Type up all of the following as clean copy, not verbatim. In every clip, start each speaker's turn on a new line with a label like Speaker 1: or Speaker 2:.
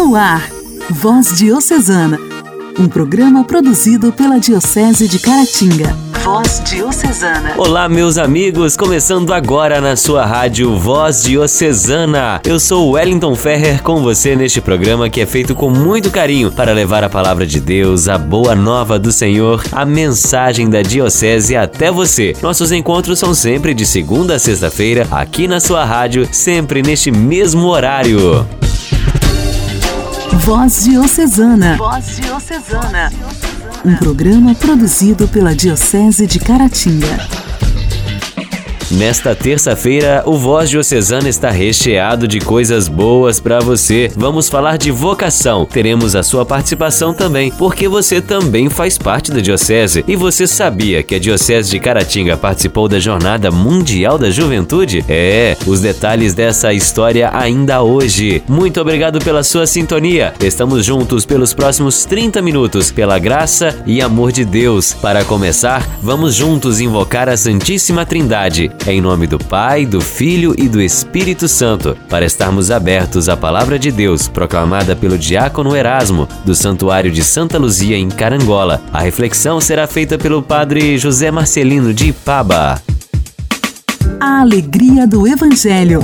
Speaker 1: No ar, Voz Diocesana, um programa produzido pela Diocese de Caratinga. Voz Diocesana.
Speaker 2: Olá, meus amigos, começando agora na sua rádio Voz Diocesana. Eu sou Wellington Ferrer com você neste programa que é feito com muito carinho para levar a palavra de Deus, a boa nova do Senhor, a mensagem da Diocese até você. Nossos encontros são sempre de segunda a sexta-feira, aqui na sua rádio, sempre neste mesmo horário.
Speaker 1: Voz Diocesana. Voz Diocesana. Um programa produzido pela Diocese de Caratinga.
Speaker 2: Nesta terça-feira, o Voz Diocesana está recheado de coisas boas para você. Vamos falar de vocação. Teremos a sua participação também, porque você também faz parte da Diocese. E você sabia que a Diocese de Caratinga participou da Jornada Mundial da Juventude? Os detalhes dessa história ainda hoje. Muito obrigado pela sua sintonia. Estamos juntos pelos próximos 30 minutos, pela graça e amor de Deus. Para começar, vamos juntos invocar a Santíssima Trindade. Em nome do Pai, do Filho e do Espírito Santo, para estarmos abertos à Palavra de Deus, proclamada pelo diácono Erasmo, do Santuário de Santa Luzia, em Carangola. A reflexão será feita pelo Padre José Marcelino de Ipaba.
Speaker 1: A alegria do Evangelho.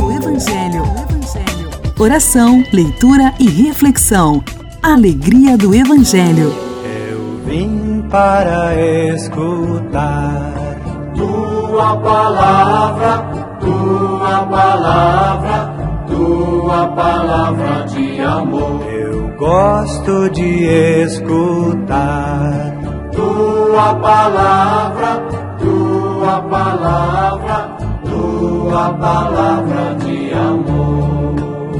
Speaker 1: Oração, leitura e reflexão. Alegria do Evangelho.
Speaker 3: Eu vim para escutar Tua palavra, Tua palavra, Tua palavra de amor. Eu gosto de escutar Tua palavra, Tua palavra, Tua palavra de amor.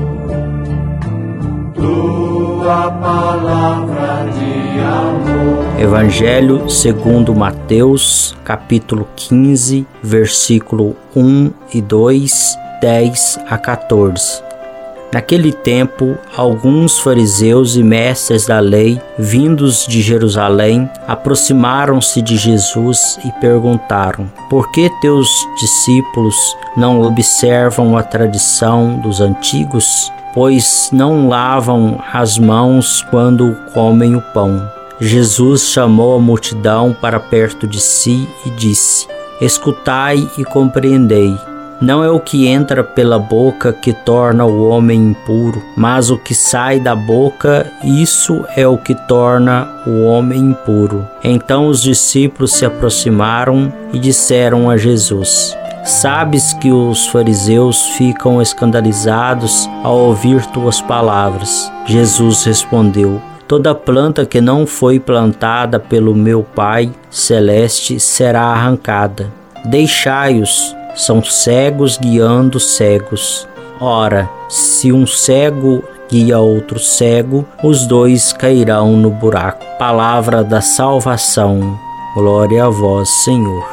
Speaker 3: Tua palavra de amor.
Speaker 4: Evangelho segundo Mateus, capítulo 15, versículo 1 e 2, 10 a 14. Naquele tempo, alguns fariseus e mestres da lei, vindos de Jerusalém, aproximaram-se de Jesus e perguntaram: Por que teus discípulos não observam a tradição dos antigos? Pois não lavam as mãos quando comem o pão. Jesus chamou a multidão para perto de si e disse: Escutai e compreendei. Não é o que entra pela boca que torna o homem impuro, mas o que sai da boca, isso é o que torna o homem impuro. Então os discípulos se aproximaram e disseram a Jesus: Sabes que os fariseus ficam escandalizados ao ouvir tuas palavras. Jesus respondeu: Toda planta que não foi plantada pelo meu Pai Celeste será arrancada. Deixai-os, são cegos guiando cegos. Ora, se um cego guia outro cego, os dois cairão no buraco. Palavra da salvação. Glória a vós, Senhor.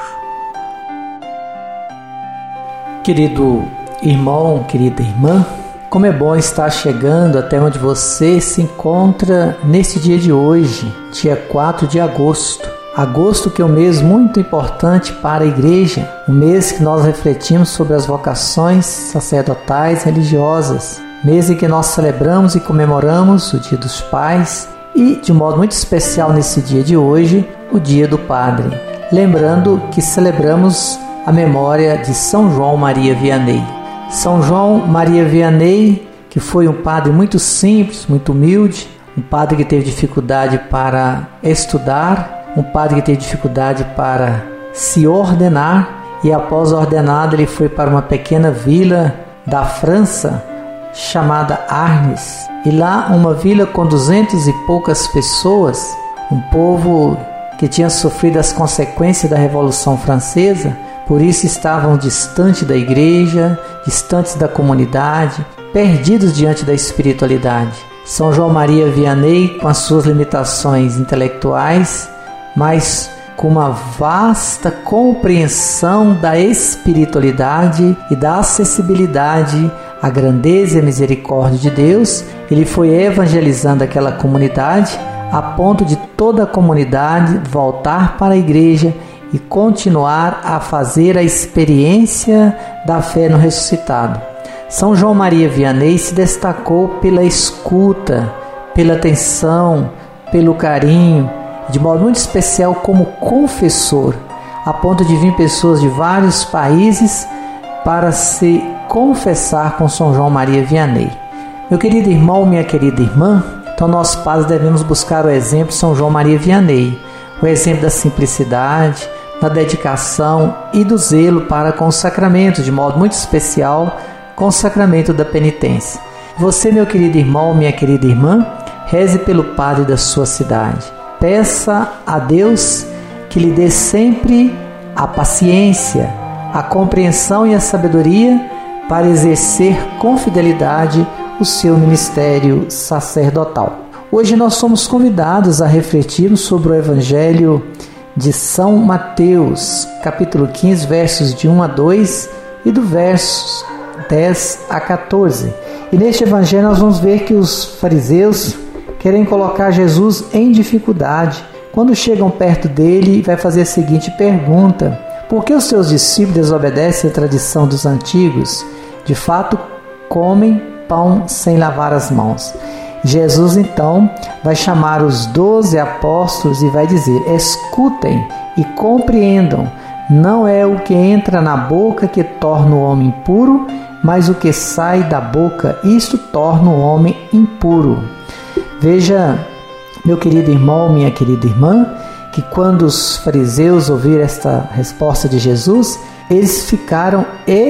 Speaker 5: Querido irmão, querida irmã, como é bom estar chegando até onde você se encontra nesse dia de hoje, dia 4 de agosto. Agosto que é um mês muito importante para a Igreja, um mês que nós refletimos sobre as vocações sacerdotais e religiosas, mês em que nós celebramos e comemoramos o Dia dos Pais e, de modo muito especial nesse dia de hoje, o Dia do Padre. Lembrando que celebramos a memória de São João Maria Vianney. São João Maria Vianney, que foi um padre muito simples, muito humilde, um padre que teve dificuldade para estudar, um padre que teve dificuldade para se ordenar, e após ordenado ele foi para uma pequena vila da França chamada Arnes, e lá uma vila com 200 e poucas pessoas, um povo que tinha sofrido as consequências da Revolução Francesa. Por isso estavam distantes da igreja, distantes da comunidade, perdidos diante da espiritualidade. São João Maria Vianney, com as suas limitações intelectuais, mas com uma vasta compreensão da espiritualidade e da acessibilidade à grandeza e à misericórdia de Deus, ele foi evangelizando aquela comunidade a ponto de toda a comunidade voltar para a igreja e continuar a fazer a experiência da fé no ressuscitado. São João Maria Vianney se destacou pela escuta, pela atenção, pelo carinho, de modo muito especial como confessor, a ponto de vir pessoas de vários países para se confessar com São João Maria Vianney. Meu querido irmão, minha querida irmã, então nós padres devemos buscar o exemplo de São João Maria Vianney, o exemplo da simplicidade, da dedicação e do zelo para com os sacramentos, de modo muito especial com o sacramento da penitência. Você, meu querido irmão, minha querida irmã, reze pelo padre da sua cidade. Peça a Deus que lhe dê sempre a paciência, a compreensão e a sabedoria para exercer com fidelidade o seu ministério sacerdotal. Hoje nós somos convidados a refletirmos sobre o Evangelho de São Mateus, capítulo 15, versos de 1 a 2 e do versos 10 a 14. E neste Evangelho nós vamos ver que os fariseus querem colocar Jesus em dificuldade. Quando chegam perto dele, vai fazer a seguinte pergunta: por que os seus discípulos desobedecem a tradição dos antigos? De fato, comem pão sem lavar as mãos. Jesus então vai chamar os 12 apóstolos e vai dizer: escutem e compreendam, não é o que entra na boca que torna o homem puro, mas o que sai da boca, isto torna o homem impuro. Veja, meu querido irmão, minha querida irmã, que quando os fariseus ouviram esta resposta de Jesus, eles ficaram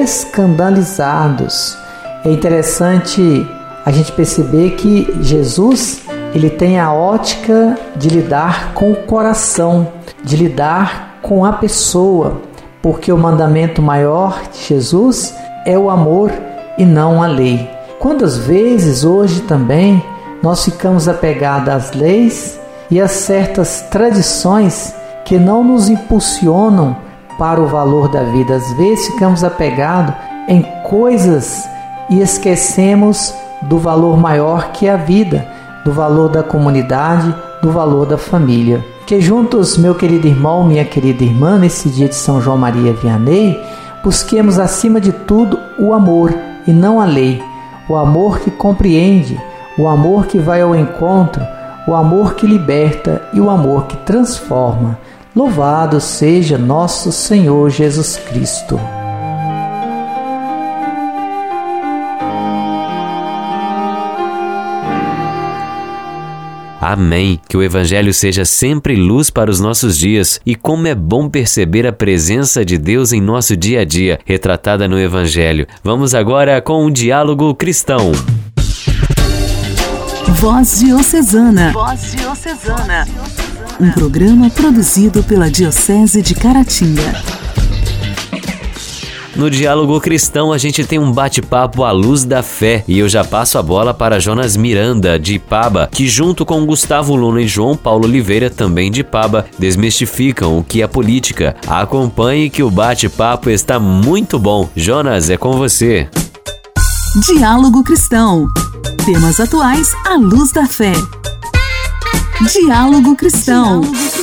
Speaker 5: escandalizados. É interessante a gente perceber que Jesus, ele tem a ótica de lidar com o coração, de lidar com a pessoa, porque o mandamento maior de Jesus é o amor e não a lei. Quantas vezes hoje também nós ficamos apegados às leis e a certas tradições que não nos impulsionam para o valor da vida. Às vezes ficamos apegados em coisas e esquecemos do valor maior que é a vida, do valor da comunidade, do valor da família. Que juntos, meu querido irmão, minha querida irmã, nesse dia de São João Maria Vianney, busquemos acima de tudo o amor e não a lei, o amor que compreende, o amor que vai ao encontro, o amor que liberta e o amor que transforma. Louvado seja nosso Senhor Jesus Cristo.
Speaker 2: Amém. Que o Evangelho seja sempre luz para os nossos dias. E como é bom perceber a presença de Deus em nosso dia a dia, retratada no Evangelho. Vamos agora com um diálogo cristão.
Speaker 1: Voz Diocesana. Voz Diocesana. Um programa produzido pela Diocese de Caratinga.
Speaker 2: No Diálogo Cristão, a gente tem um bate-papo à luz da fé. E eu já passo a bola para Jonas Miranda, de Ipaba, que junto com Gustavo Luna e João Paulo Oliveira, também de Ipaba, desmistificam o que é política. Acompanhe que o bate-papo está muito bom. Jonas, é com você.
Speaker 1: Diálogo Cristão. Temas atuais à luz da fé. Diálogo Cristão.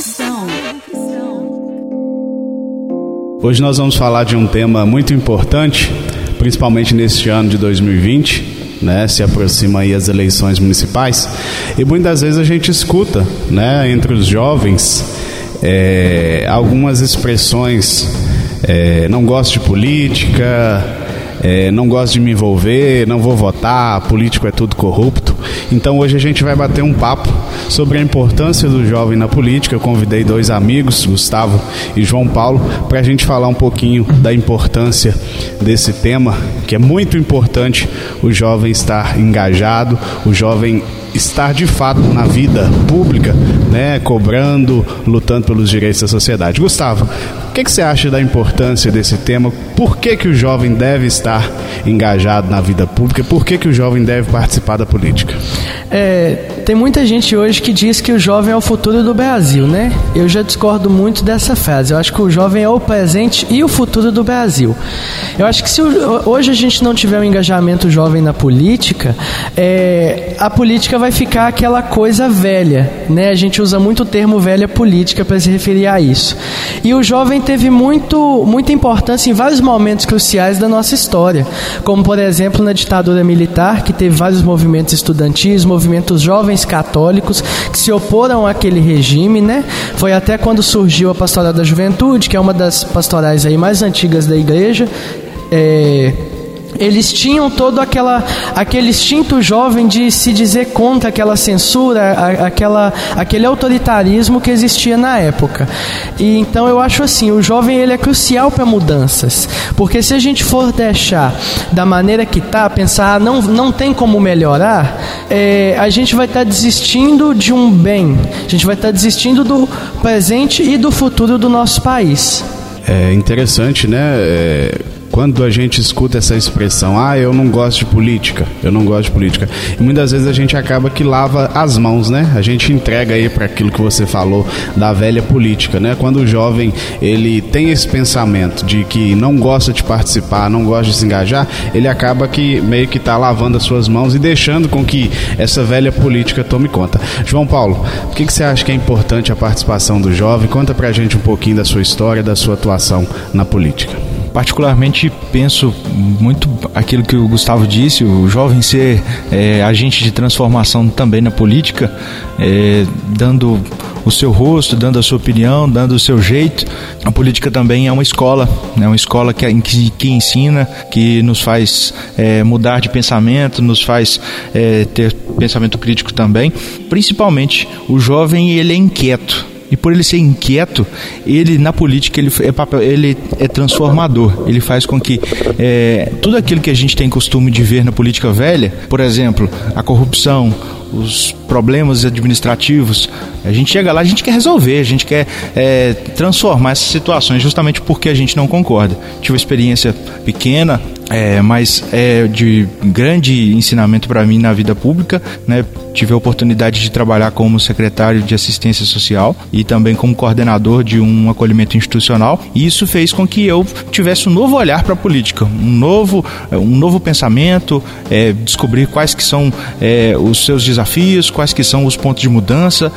Speaker 6: Hoje nós vamos falar de um tema muito importante, principalmente neste ano de 2020, né? Se aproximam aí as eleições municipais e muitas vezes a gente escuta, né, entre os jovens algumas expressões, não gosto de política, não gosto de me envolver, não vou votar, político é tudo corrupto. Então hoje a gente vai bater um papo sobre a importância do jovem na política. Eu convidei dois amigos, Gustavo e João Paulo, para a gente falar um pouquinho da importância desse tema, que é muito importante o jovem estar engajado, o jovem estar de fato na vida pública, né, cobrando, lutando pelos direitos da sociedade. Gustavo, o que você acha da importância desse tema? Por que o jovem deve estar engajado na vida pública? Por que o jovem deve participar da política?
Speaker 7: Tem muita gente hoje que diz que o jovem é o futuro do Brasil, né? Eu já discordo muito dessa frase. Eu acho que o jovem é o presente e o futuro do Brasil. Eu acho que se hoje a gente não tiver um engajamento jovem na política, a política vai vai ficar aquela coisa velha, né? A gente usa muito o termo velha política para se referir a isso. E o jovem teve muita importância em vários momentos cruciais da nossa história, como por exemplo na ditadura militar, que teve vários movimentos estudantis, movimentos jovens católicos que se oporam àquele regime, né? Foi até quando surgiu a Pastoral da Juventude, que é uma das pastorais aí mais antigas da igreja. Eles tinham todo aquele instinto jovem de se dizer contra aquela censura, aquele autoritarismo que existia na época. E então eu acho assim, o jovem ele é crucial para mudanças, porque se a gente for deixar da maneira que está, pensar não tem como melhorar, a gente vai estar desistindo de um bem, a gente vai estar desistindo do presente e do futuro do nosso país.
Speaker 6: É interessante, né? Quando a gente escuta essa expressão, eu não gosto de política, e muitas vezes a gente acaba que lava as mãos, né? A gente entrega aí para aquilo que você falou da velha política, né? Quando o jovem, ele tem esse pensamento de que não gosta de participar, não gosta de se engajar, ele acaba que meio que tá lavando as suas mãos e deixando com que essa velha política tome conta. João Paulo, por que você acha que é importante a participação do jovem? Conta pra gente um pouquinho da sua história, da sua atuação na política.
Speaker 8: Particularmente penso muito aquilo que o Gustavo disse, o jovem ser agente de transformação também na política, dando o seu rosto, dando a sua opinião, dando o seu jeito. A política também é uma escola, né? Uma escola que ensina, que nos faz mudar de pensamento, nos faz ter pensamento crítico também. Principalmente o jovem, ele é inquieto. E por ele ser inquieto, ele na política ele é transformador. Ele faz com que tudo aquilo que a gente tem costume de ver na política velha, por exemplo, a corrupção, os problemas administrativos, a gente chega lá, a gente quer resolver, a gente quer transformar essas situações justamente porque a gente não concorda. Tive uma experiência pequena, mas de grande ensinamento para mim na vida pública, né? Tive a oportunidade de trabalhar como secretário de assistência social e também como coordenador de um acolhimento institucional, e isso fez com que eu tivesse um novo olhar para a política, um novo pensamento, descobrir quais que são os seus desafios, quais que são os pontos de mudança,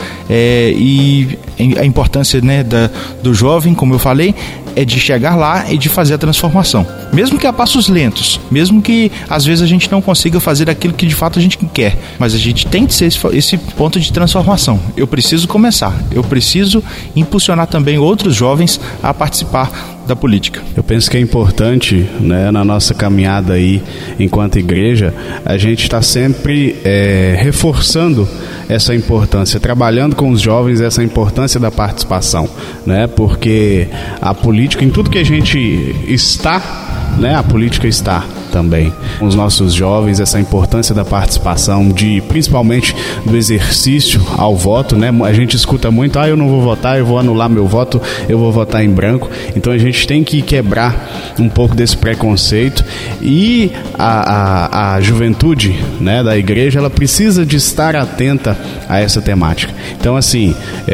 Speaker 8: e a importância, né, do jovem, como eu falei, é de chegar lá e de fazer a transformação, mesmo que a passos lentos, mesmo que às vezes a gente não consiga fazer aquilo que de fato a gente quer, mas a gente tem que ser esse ponto de transformação. Eu preciso começar, eu preciso impulsionar também outros jovens a participar da política.
Speaker 6: Eu penso que é importante, né, na nossa caminhada aí enquanto igreja, a gente está sempre reforçando essa importância, trabalhando com os jovens essa importância da participação, né? Porque a política, em tudo que a gente está, né, a política está também. Com os nossos jovens, essa importância da participação, principalmente do exercício ao voto, né? A gente escuta muito, eu não vou votar, eu vou anular meu voto, eu vou votar em branco. Então a gente tem que quebrar um pouco desse preconceito, e a juventude, né, da igreja, ela precisa de estar atenta a essa temática. Então assim,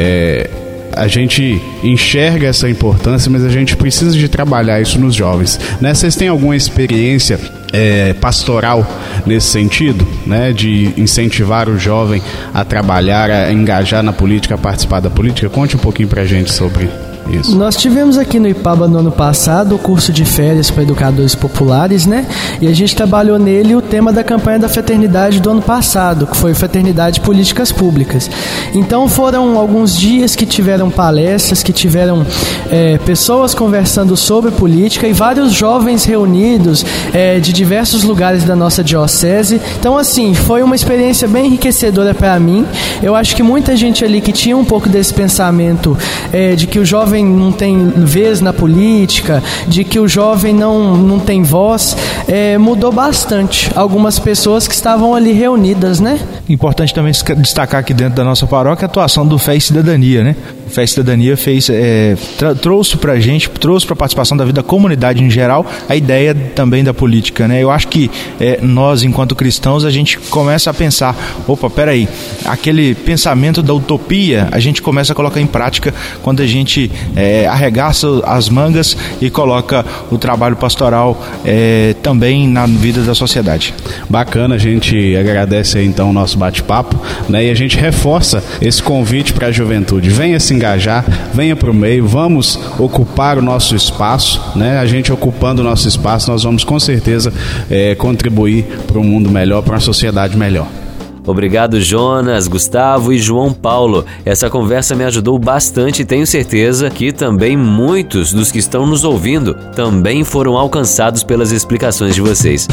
Speaker 6: a gente enxerga essa importância, mas a gente precisa de trabalhar isso nos jovens, né? Vocês têm alguma experiência pastoral nesse sentido, né? De incentivar o jovem a trabalhar, a engajar na política, a participar da política? Conte um pouquinho pra gente sobre isso.
Speaker 7: Nós tivemos aqui no Ipaba no ano passado o curso de férias para educadores populares, né? E a gente trabalhou nele o tema da campanha da fraternidade do ano passado, que foi Fraternidade Políticas Públicas. Então foram alguns dias que tiveram palestras, que tiveram pessoas conversando sobre política e vários jovens reunidos de diversos lugares da nossa diocese. Então assim, foi uma experiência bem enriquecedora para mim. Eu acho que muita gente ali que tinha um pouco desse pensamento de que o jovem não tem vez na política, de que o jovem não tem voz, mudou bastante. Algumas pessoas que estavam ali reunidas, né?
Speaker 8: Importante também destacar aqui dentro da nossa paróquia a atuação do Fé e Cidadania, né? Fé e Cidadania trouxe pra gente, trouxe pra participação da vida da comunidade em geral, a ideia também da política, né? Eu acho que nós, enquanto cristãos, a gente começa a pensar, opa, peraí, aquele pensamento da utopia, a gente começa a colocar em prática quando a gente arregaça as mangas e coloca o trabalho pastoral também na vida da sociedade.
Speaker 6: Bacana, a gente agradece aí então o nosso bate-papo, né? E a gente reforça esse convite para a juventude. Venha se engajar, venha para o meio, vamos ocupar o nosso espaço, né? A gente ocupando o nosso espaço, nós vamos com certeza contribuir para um mundo melhor, para uma sociedade melhor.
Speaker 2: Obrigado, Jonas, Gustavo e João Paulo. Essa conversa me ajudou bastante e tenho certeza que também muitos dos que estão nos ouvindo também foram alcançados pelas explicações de vocês.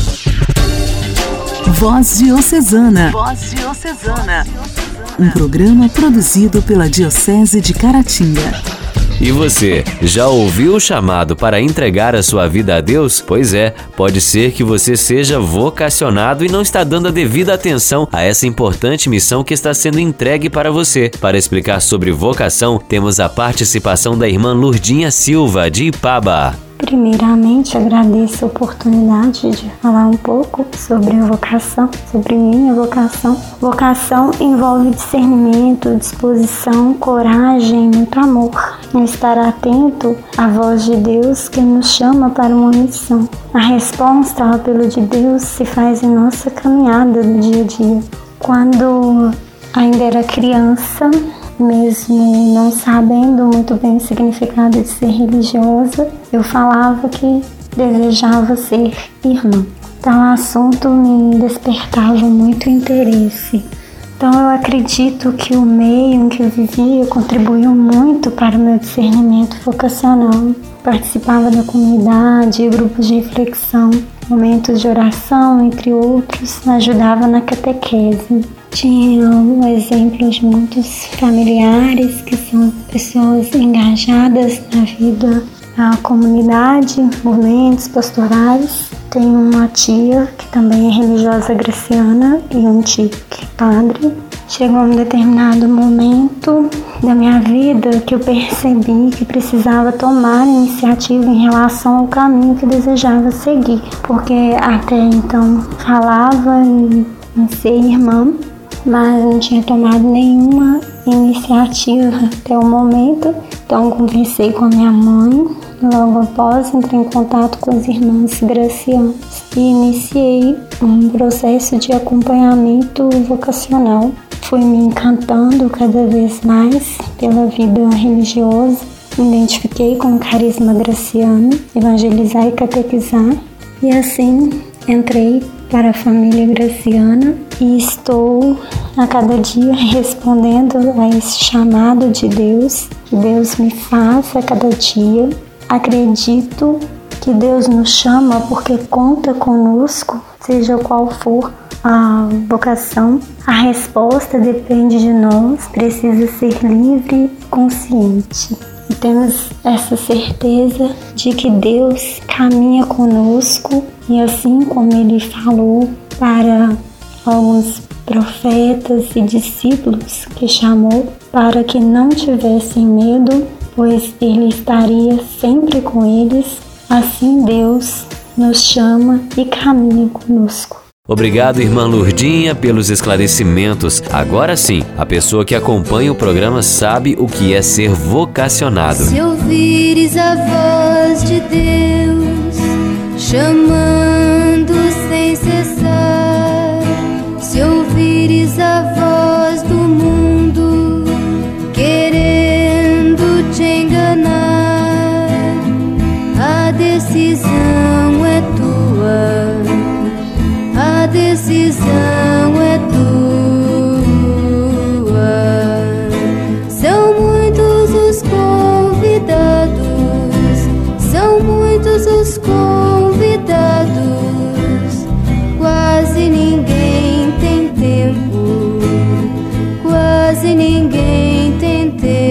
Speaker 1: Voz Diocesana. Voz Diocesana. Um programa produzido pela Diocese de Caratinga.
Speaker 2: E você, já ouviu o chamado para entregar a sua vida a Deus? Pois é, pode ser que você seja vocacionado e não está dando a devida atenção a essa importante missão que está sendo entregue para você. Para explicar sobre vocação, temos a participação da irmã Lurdinha Silva, de Ipaba.
Speaker 9: Primeiramente, agradeço a oportunidade de falar um pouco sobre a vocação, sobre minha vocação. Vocação envolve discernimento, disposição, coragem, muito amor. Estar atento à voz de Deus que nos chama para uma missão. A resposta ao apelo de Deus se faz em nossa caminhada do dia a dia. Quando ainda era criança, mesmo não sabendo muito bem o significado de ser religiosa, eu falava que desejava ser irmã. Então o assunto me despertava muito interesse. Então eu acredito que o meio em que eu vivia contribuiu muito para o meu discernimento vocacional. Participava da comunidade, grupos de reflexão, momentos de oração, entre outros, ajudava na catequese. Tinha exemplos de muitos familiares que são pessoas engajadas na vida da comunidade, movimentos pastorais. Tenho uma tia que também é religiosa graciana e um tio que é padre. Chegou um determinado momento da minha vida que eu percebi que precisava tomar iniciativa em relação ao caminho que desejava seguir, porque até então falava em ser irmã, mas não tinha tomado nenhuma iniciativa até o momento. Então conversei com a minha mãe, logo após entrei em contato com as irmãs gracianas e iniciei um processo de acompanhamento vocacional. Fui me encantando cada vez mais pela vida religiosa, me identifiquei com o carisma graciano, evangelizar e catequizar, e assim entrei para a família graciana e estou a cada dia respondendo a esse chamado de Deus, que Deus me faz a cada dia. Acredito que Deus nos chama porque conta conosco, seja qual for a vocação. A resposta depende de nós, precisa ser livre e consciente. E temos essa certeza de que Deus caminha conosco e assim como Ele falou para alguns profetas e discípulos que chamou para que não tivessem medo, pois Ele estaria sempre com eles, assim Deus nos chama e caminha conosco.
Speaker 2: Obrigado, irmã Lurdinha, pelos esclarecimentos. Agora sim, a pessoa que acompanha o programa sabe o que é ser vocacionado.
Speaker 10: Se ouvires a voz de Deus chamando sem cessar, se ouvires a voz do mundo querendo te enganar, a decisão é tua. A decisão é tua. São muitos os convidados, são muitos os convidados. Quase ninguém tem tempo, quase ninguém tem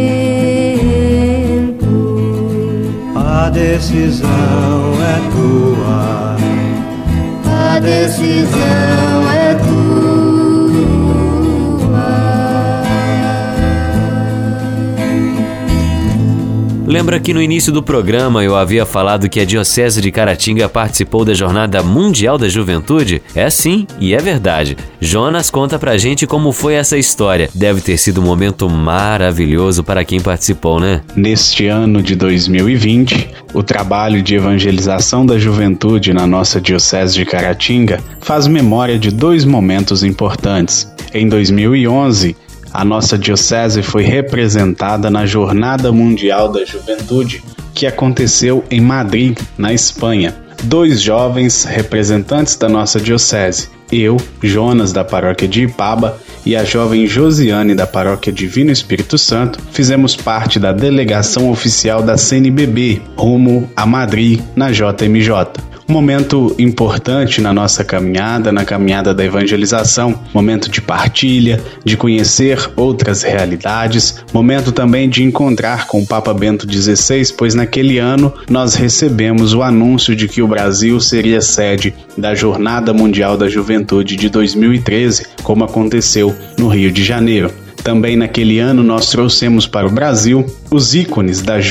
Speaker 10: tempo.
Speaker 3: A decisão é tua.
Speaker 10: A decisão é tua.
Speaker 2: Lembra que no início do programa eu havia falado que a Diocese de Caratinga participou da Jornada Mundial da Juventude? É sim, e é verdade. Jonas conta pra gente como foi essa história. Deve ter sido um momento maravilhoso para quem participou, né?
Speaker 6: Neste ano de 2020, o trabalho de evangelização da juventude na nossa Diocese de Caratinga faz memória de 2 momentos importantes. Em 2011, a nossa diocese foi representada na Jornada Mundial da Juventude, que aconteceu em Madrid, na Espanha. 2 jovens representantes da nossa diocese, eu, Jonas, da paróquia de Ipaba, e a jovem Josiane, da paróquia Divino Espírito Santo, fizemos parte da delegação oficial da CNBB, rumo a Madrid, na JMJ. Um momento importante na nossa caminhada, na caminhada da evangelização, momento de partilha, de conhecer outras realidades, momento também de encontrar com o Papa Bento XVI, pois naquele ano nós recebemos o anúncio de que o Brasil seria sede da Jornada Mundial da Juventude de 2013, como aconteceu no Rio de Janeiro. Também naquele ano nós trouxemos para o Brasil os ícones da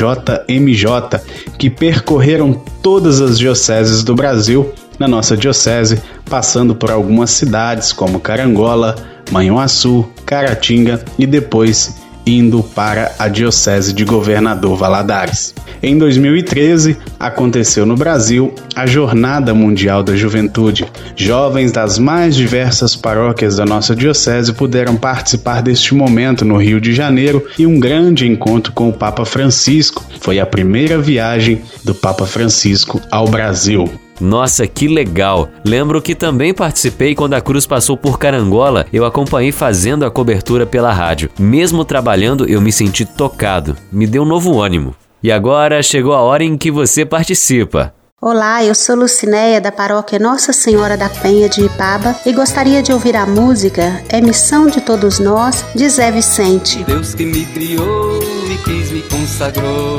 Speaker 6: JMJ, que percorreram todas as dioceses do Brasil na nossa diocese, passando por algumas cidades como Carangola, Manhuaçu, Caratinga e depois indo para a Diocese de Governador Valadares. Em 2013, aconteceu no Brasil a Jornada Mundial da Juventude. Jovens das mais diversas paróquias da nossa diocese puderam participar deste momento no Rio de Janeiro e um grande encontro com o Papa Francisco. Foi a primeira viagem do Papa Francisco ao Brasil.
Speaker 2: Nossa, que legal! Lembro que também participei quando a cruz passou por Carangola. Eu acompanhei fazendo a cobertura pela rádio. Mesmo trabalhando, eu me senti tocado. Me deu um novo ânimo. E agora chegou a hora em que você participa.
Speaker 11: Olá, eu sou Lucinéia, da paróquia Nossa Senhora da Penha de Ipaba, e gostaria de ouvir a música É Missão de Todos Nós, de Zé Vicente.
Speaker 12: Deus que me criou, me quis, me consagrou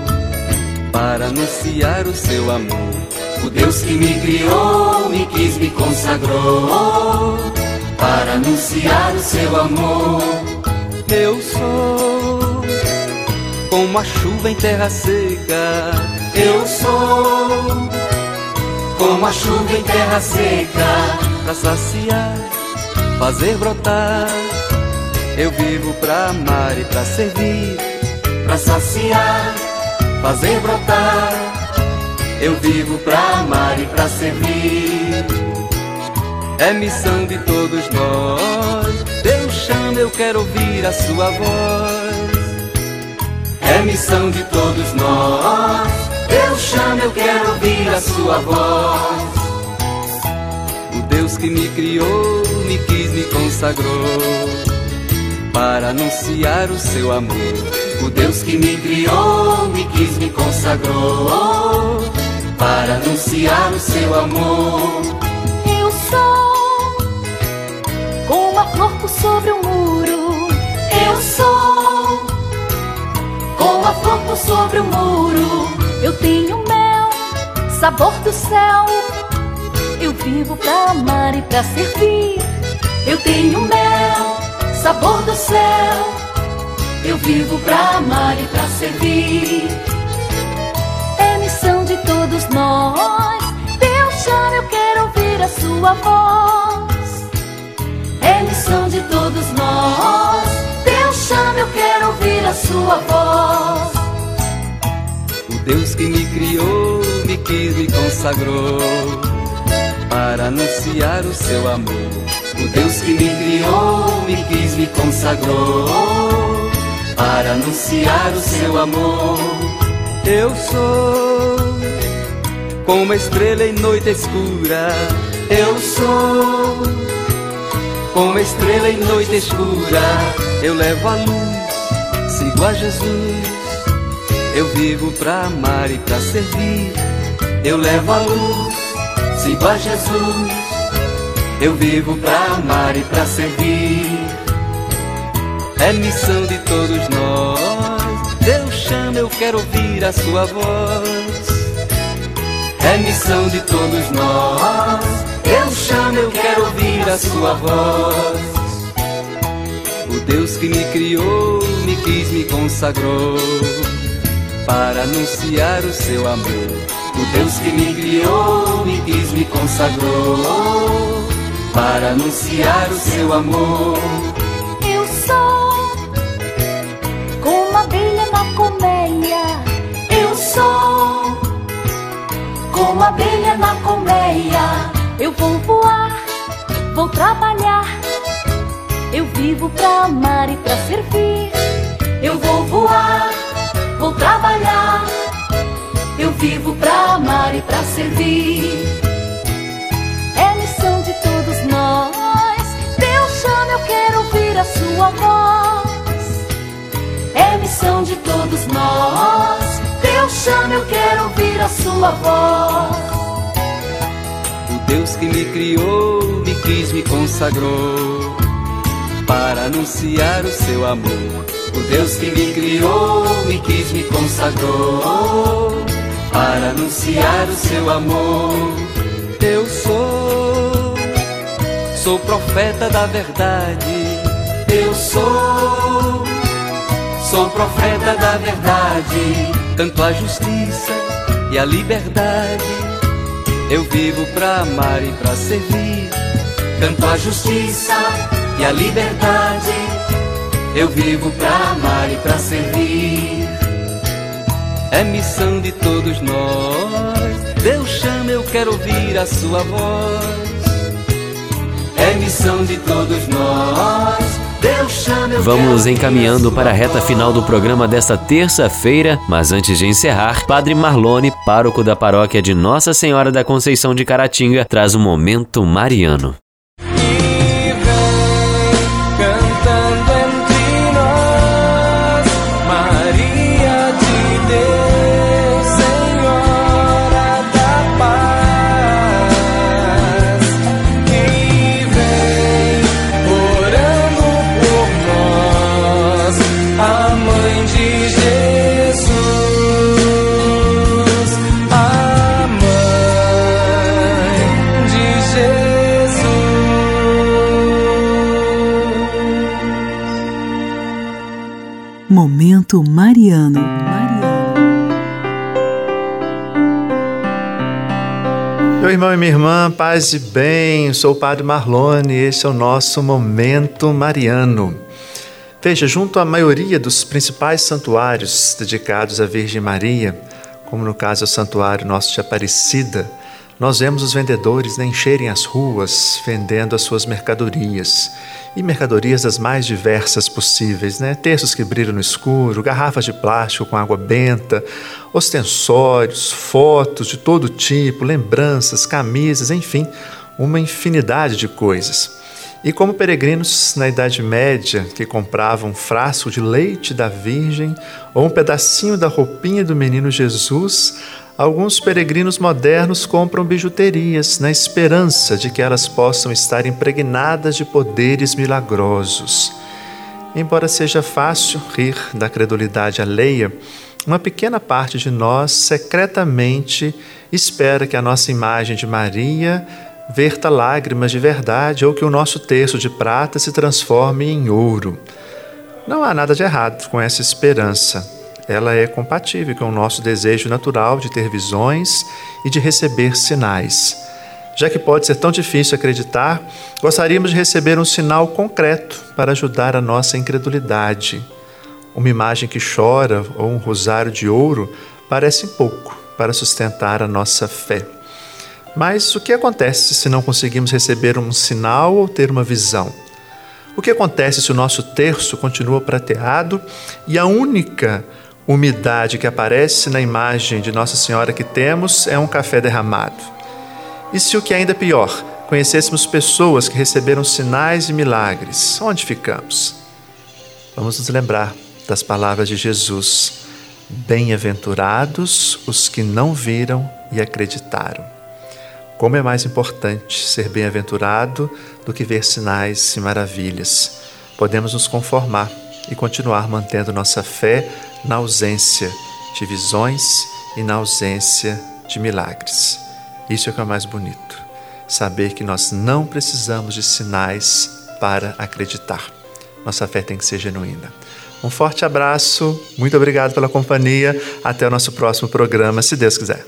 Speaker 12: para anunciar o seu amor. O Deus que me criou, me quis, me consagrou para anunciar o seu amor. Eu sou como a chuva em terra seca. Eu sou como a chuva em terra seca. Pra saciar, fazer brotar. Eu vivo pra amar e pra servir. Pra saciar, fazer brotar. Eu vivo pra amar e pra servir. É missão de todos nós. Deus chama, eu quero ouvir a sua voz. É missão de todos nós. Deus chama, eu quero ouvir a sua voz. O Deus que me criou, me quis, me consagrou para anunciar o seu amor. O Deus que me criou, me quis, me consagrou para anunciar o seu amor.
Speaker 13: Eu sou como a flor por sobre o muro. Eu sou como a flor por sobre o muro. Eu tenho mel, sabor do céu. Eu vivo pra amar e pra servir. Eu tenho mel, sabor do céu. Eu vivo pra amar e pra servir. É missão de todos nós. Deus chama, eu quero ouvir a sua voz. É missão de todos nós. Deus chama, eu quero ouvir a sua voz.
Speaker 12: O Deus que me criou, me quis, me consagrou para anunciar o seu amor. O Deus que me criou, me quis, me consagrou para anunciar o seu amor. Eu sou como uma estrela em noite escura. Eu sou como uma estrela em noite escura. Eu levo a luz, sigo a Jesus. Eu vivo pra amar e pra servir. Eu levo a luz, sigo a Jesus. Eu vivo pra amar e pra servir. É missão de todos nós. Deus chama, eu quero ouvir a sua voz. É missão de todos nós. Deus chama, eu quero ouvir a sua voz. O Deus que me criou, me quis, me consagrou para anunciar o seu amor. O Deus que me criou, me quis, me consagrou, para anunciar o seu amor.
Speaker 13: Eu sou como uma abelha na colmeia. Eu sou como uma abelha na colmeia. Eu vou voar, vou trabalhar. Eu vivo pra amar e pra servir. Eu vou voar, vou trabalhar. Eu vivo pra amar e pra servir. É missão de todos nós. Deus chama, eu quero ouvir a sua voz. É missão de todos nós. Deus chama, eu quero ouvir a sua voz.
Speaker 12: O Deus que me criou, me quis, me consagrou, para anunciar o seu amor. O Deus que me criou, me quis, me consagrou, para anunciar o seu amor. Eu sou profeta da verdade. Eu sou profeta da verdade. Canto a justiça e a liberdade. Eu vivo pra amar e pra servir. Canto a justiça e a liberdade. Eu vivo pra amar e pra servir. É missão de todos nós. Deus chama, eu quero ouvir a sua voz. É missão de todos nós. Deus chama, eu
Speaker 2: Vamos encaminhando para a reta final do programa desta terça-feira, mas antes de encerrar, Padre Marlone, pároco da paróquia de Nossa Senhora da Conceição de Caratinga, traz um momento mariano.
Speaker 1: Momento mariano.
Speaker 14: Meu irmão e minha irmã, paz e bem, sou o Padre Marlone e esse é o nosso Momento Mariano. Veja, junto à maioria dos principais santuários dedicados à Virgem Maria, como no caso o Santuário Nosso de Aparecida, nós vemos os vendedores encherem as ruas vendendo as suas mercadorias. E mercadorias das mais diversas possíveis, né? Terços que brilham no escuro, garrafas de plástico com água benta, ostensórios, fotos de todo tipo, lembranças, camisas, enfim, uma infinidade de coisas. E como peregrinos na Idade Média que compravam um frasco de leite da Virgem ou um pedacinho da roupinha do menino Jesus, alguns peregrinos modernos compram bijuterias na esperança de que elas possam estar impregnadas de poderes milagrosos. Embora seja fácil rir da credulidade alheia, uma pequena parte de nós secretamente espera que a nossa imagem de Maria verta lágrimas de verdade ou que o nosso terço de prata se transforme em ouro. Não há nada de errado com essa esperança. Ela é compatível com o nosso desejo natural de ter visões e de receber sinais. Já que pode ser tão difícil acreditar, gostaríamos de receber um sinal concreto para ajudar a nossa incredulidade. Uma imagem que chora ou um rosário de ouro parecem pouco para sustentar a nossa fé. Mas o que acontece se não conseguimos receber um sinal ou ter uma visão? O que acontece se o nosso terço continua prateado e a única umidade que aparece na imagem de Nossa Senhora que temos é um café derramado? E se o que é ainda pior, conhecêssemos pessoas que receberam sinais e milagres, onde ficamos? Vamos nos lembrar das palavras de Jesus: bem-aventurados os que não viram e acreditaram. Como é mais importante ser bem-aventurado do que ver sinais e maravilhas. Podemos nos conformar e continuar mantendo nossa fé na ausência de visões e na ausência de milagres. Isso é o que é mais bonito. Saber que nós não precisamos de sinais para acreditar. Nossa fé tem que ser genuína. Um forte abraço, muito obrigado pela companhia. Até o nosso próximo programa, se Deus quiser.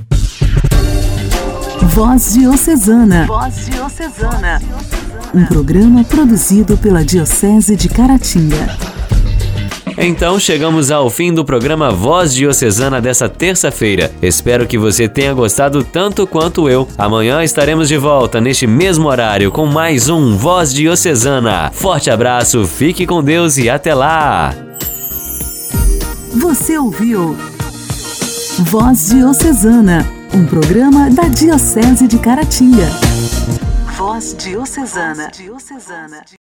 Speaker 1: Voz Diocesana. Voz Diocesana. Um programa produzido pela Diocese de Caratinga.
Speaker 2: Então chegamos ao fim do programa Voz Diocesana dessa terça-feira. Espero que você tenha gostado tanto quanto eu. Amanhã estaremos de volta neste mesmo horário com mais um Voz Diocesana. Forte abraço, fique com Deus e até lá!
Speaker 1: Você ouviu Voz Diocesana, um programa da Diocese de Caratinga. Voz Diocesana.